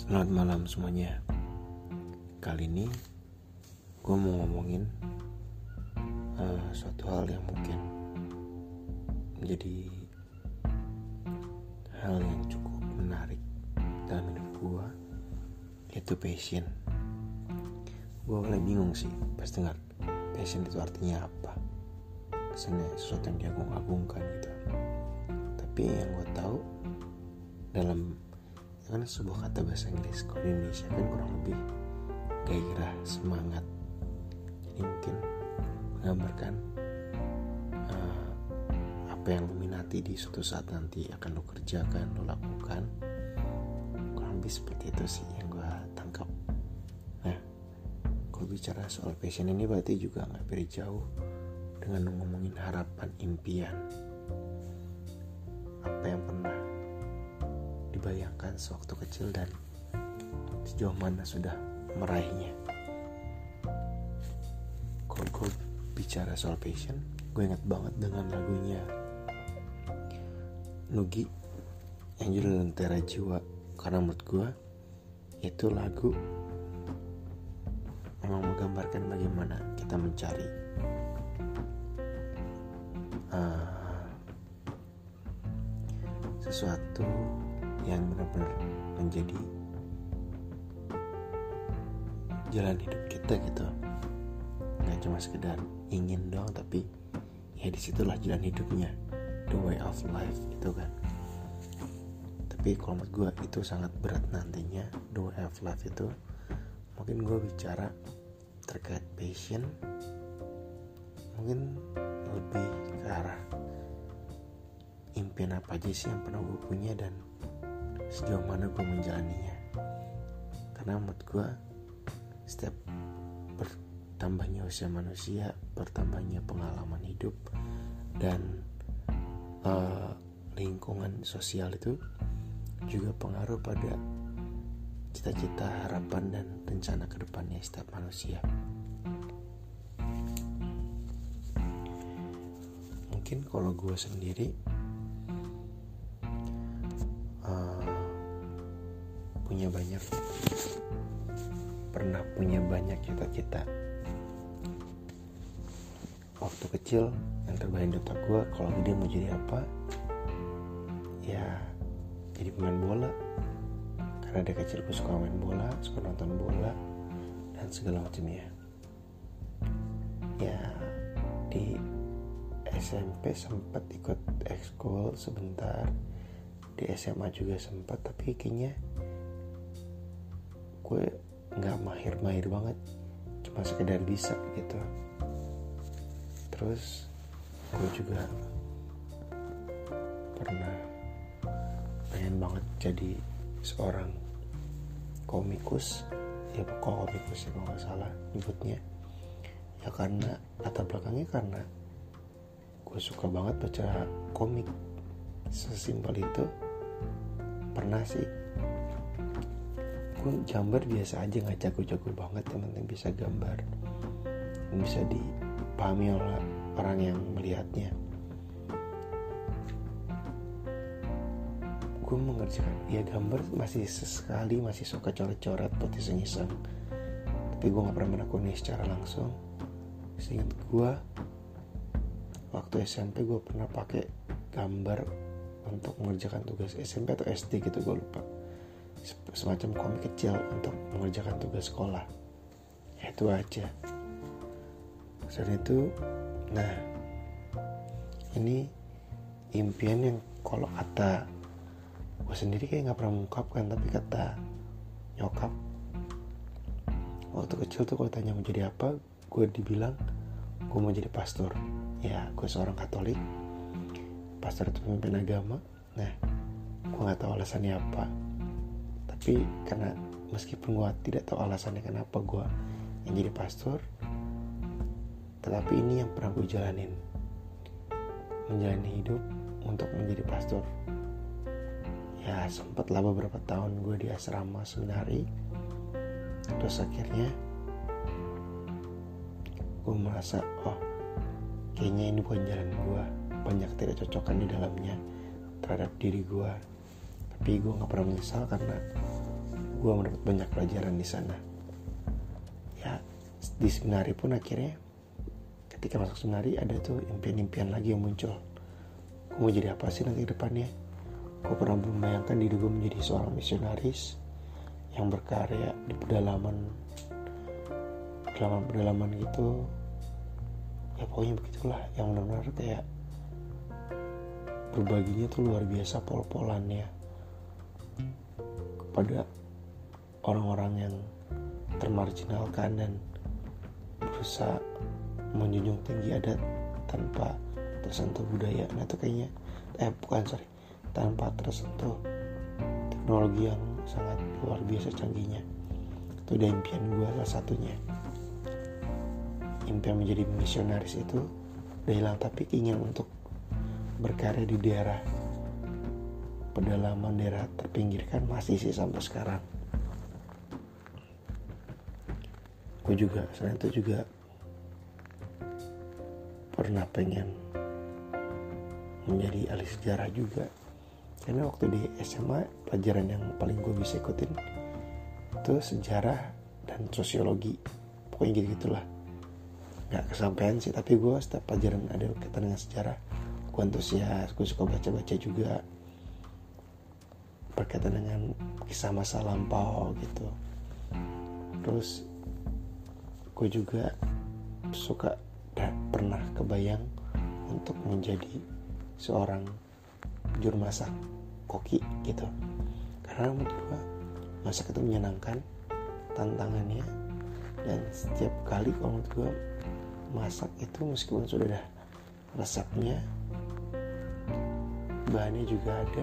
Selamat malam semuanya. Kali ini gue mau ngomongin suatu hal yang mungkin menjadi hal yang cukup menarik dalam hidup gue, yaitu passion. Gue mulai bingung sih pas dengar passion itu artinya apa. Kesannya sesuatu yang diagung-agungkan gitu. Tapi yang gue tahu dalam kan sebuah kata bahasa Inggris, kalau di Indonesia kan kurang lebih gairah, semangat. Jadi mungkin menggambarkan apa yang lo minati di suatu saat nanti akan lo kerjakan, lo lakukan. Kurang lebih seperti itu sih yang gue tangkap. Nah, kalau bicara soal passion ini berarti juga gak beda jauh dengan ngomongin harapan, impian. Apa yang pernah dibayangkan sewaktu kecil dan sejauh mana sudah meraihnya. Kalau gue bicara soal passion, gue ingat banget dengan lagunya Nugi yang judul Lentera Jiwa, karena menurut gue itu lagu memang menggambarkan bagaimana kita mencari sesuatu yang benar-benar menjadi jalan hidup kita gitu. Gak cuma sekedar ingin doang, tapi ya disitulah jalan hidupnya, the way of life itu kan. Tapi kalau menurut gue itu sangat berat nantinya, the way of life itu. Mungkin gue bicara terkait passion, mungkin lebih ke arah impian apa aja sih yang pernah gue punya dan sejauh mana gue menjalaninya. Karena menurut gue setiap bertambahnya usia manusia, bertambahnya pengalaman hidup dan lingkungan sosial itu juga pengaruh pada cita-cita, harapan dan rencana ke depannya setiap manusia. Mungkin kalau gue sendiri pernah punya banyak cita-cita. Waktu kecil yang terbayang di otak gue, kalau gede mau jadi apa? Ya jadi pemain bola. Karena dari kecil gue suka main bola, suka nonton bola dan segala macamnya. Ya di SMP sempat ikut ekskul sebentar, di SMA juga sempat, tapi kayaknya gue gak mahir banget, cuma sekedar bisa gitu. Terus gue juga pernah pengen banget jadi seorang komikus, ya komikus ya kalau gak salah nyebutnya. Ya karena latar belakangnya karena gue suka banget baca komik, sesimpel itu. Pernah sih, gue gambar biasa aja, gak jago-jago banget, yang penting bisa gambar dan bisa dipahami oleh orang yang melihatnya. Gue mengerjakan, ya gambar masih sesekali, masih suka coret-coret buat iseng-iseng, tapi gue gak pernah menekuni secara langsung. Seingat gue waktu SMP gue pernah pakai gambar untuk mengerjakan tugas SMP atau SD gitu, gue lupa. Semacam komik kecil untuk mengerjakan tugas sekolah. Ya itu aja. Selain itu, nah ini impian yang kalau kata gue sendiri kayak gak pernah mengungkapkan, tapi kata nyokap waktu kecil tuh kalau tanya mau jadi apa, gue dibilang gue mau jadi pastor. Ya gue seorang Katolik, pastor itu pemimpin agama. Nah gue gak tahu alasannya apa, tapi karena meskipun gue tidak tahu alasannya kenapa gue yang jadi pastor, tetapi ini yang pernah gue jalanin, menjalani hidup untuk menjadi pastor. Ya sempat lah beberapa tahun gue di asrama seminari. Terus akhirnya gue merasa, kayaknya ini bukan jalan gue, banyak tidak cocokan di dalamnya terhadap diri gue. Tapi gue gak pernah menyesal karena gue mendapat banyak pelajaran di sana. Ya di seminari pun akhirnya ketika masuk seminari ada tuh impian-impian lagi yang muncul. Gue mau jadi apa sih nanti ke depannya? Gue pernah membayangkan diri gue menjadi seorang misionaris yang berkarya di pedalaman gitu. Ya pokoknya begitulah, yang benar-benar kayak berbaginya tuh luar biasa pol-polannya kepada orang-orang yang termarginalkan dan berusaha menjunjung tinggi adat tanpa tersentuh budaya. Nah itu kayaknya tanpa tersentuh teknologi yang sangat luar biasa canggihnya. Itu udah impian gue salah satunya. Impian menjadi misionaris itu udah hilang, tapi ingin untuk berkarya di daerah pedalaman, daerah terpinggirkan masih sih sampai sekarang. Gue juga selain itu juga pernah pengen menjadi ahli sejarah juga, karena waktu di SMA pelajaran yang paling gue bisa ikutin itu sejarah dan sosiologi, pokoknya gitu-gitulah. Gak kesampaian sih, tapi gue setiap pelajaran ada kaitan dengan sejarah gue antusias. Gue suka baca-baca juga berkaitan dengan kisah masa lampau gitu. Terus gue juga suka pernah kebayang untuk menjadi seorang juru masak, koki gitu. Karena menurut gue masak itu menyenangkan tantangannya, dan setiap kali kalau menurut gue masak itu meskipun sudah ada resepnya, bahannya juga ada,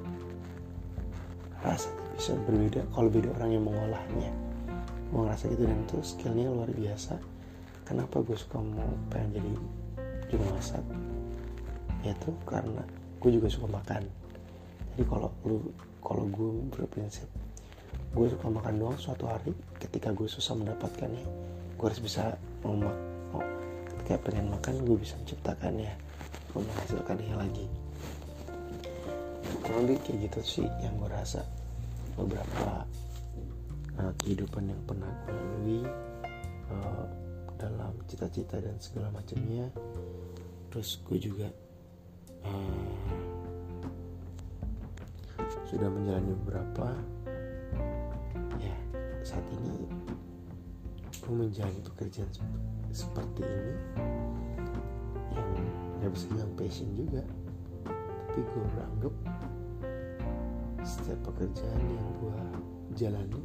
rasanya bisa berbeda kalau beda orang yang mengolahnya. Gue ngerasa gitu, dan itu skillnya luar biasa. Kenapa gue suka pengen jadi juru masak? Yaitu karena gue juga suka makan. Jadi kalau gue berprinsip gue suka makan doang, suatu hari ketika gue susah mendapatkannya, gue harus bisa ketika pengen makan gue bisa menciptakannya, gue menghasilkannya lagi. Kurang lebih kayak gitu sih yang gue rasa beberapa kehidupan yang pernah gue lalui dalam cita-cita dan segala macamnya. Terus gue juga sudah menjalani beberapa, ya saat ini gue menjalani pekerjaan seperti ini yang gak bisa bilang passion juga, tapi gue beranggap setiap pekerjaan yang gue jalani,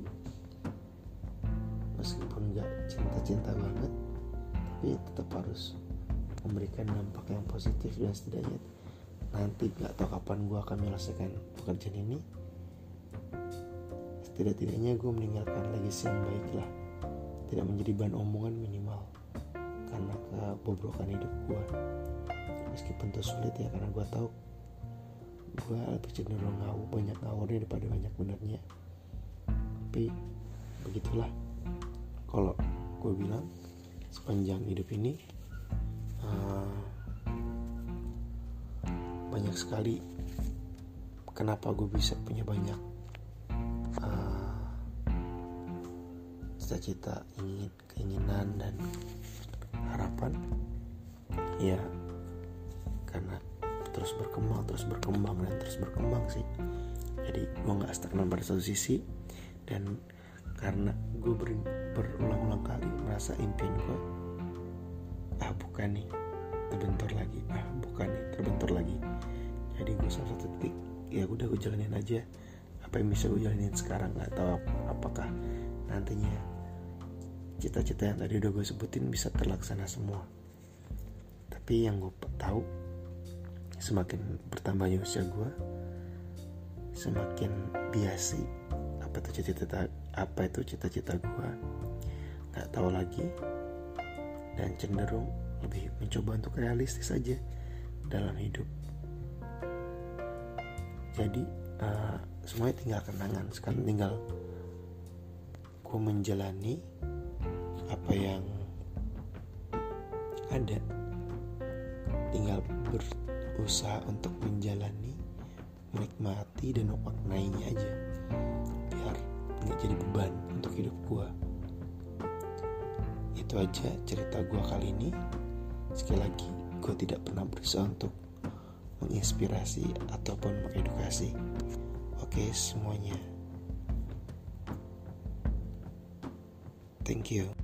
meskipun gak cinta-cinta banget, tapi tetap harus memberikan dampak yang positif. Dan setidaknya nanti gak tahu kapan gue akan menyelesaikan pekerjaan ini, setidak-tidaknya gue meninggalkan legacy yang baik lah, tidak menjadi bahan omongan minimal karena kebobrokan hidup gue. Meskipun itu sulit ya, karena gue tahu gue lebih cenderung banyak ngawurnya daripada banyak benernya. Tapi begitulah, kalau gue bilang sepanjang hidup ini banyak sekali kenapa gue bisa punya banyak cita-cita, keinginan dan harapan. Ya karena terus berkembang sih. Jadi gue gak stagnan pada satu sisi, dan karena gue berulang-ulang kali merasa impian gue bukan nih, terbentur lagi. Jadi gue salah satu titik, ya udah gue jalanin aja apa yang bisa gue jalanin sekarang. Gak tahu apakah nantinya cita-cita yang tadi udah gue sebutin bisa terlaksana semua. Tapi yang gue tahu, semakin bertambahnya usia gue, semakin biasi apa itu cita-cita gue, gak tahu lagi, dan cenderung lebih mencoba untuk realistis aja dalam hidup. Jadi semuanya tinggal kenangan. Sekarang tinggal gue menjalani apa yang ada, tinggal berusaha untuk menjalani, menikmati dan memaknainya aja, biar nggak jadi beban untuk hidup gue. Itu aja cerita gue kali ini. Sekali lagi, gue tidak pernah berusaha untuk menginspirasi ataupun mengedukasi. Oke semuanya, thank you.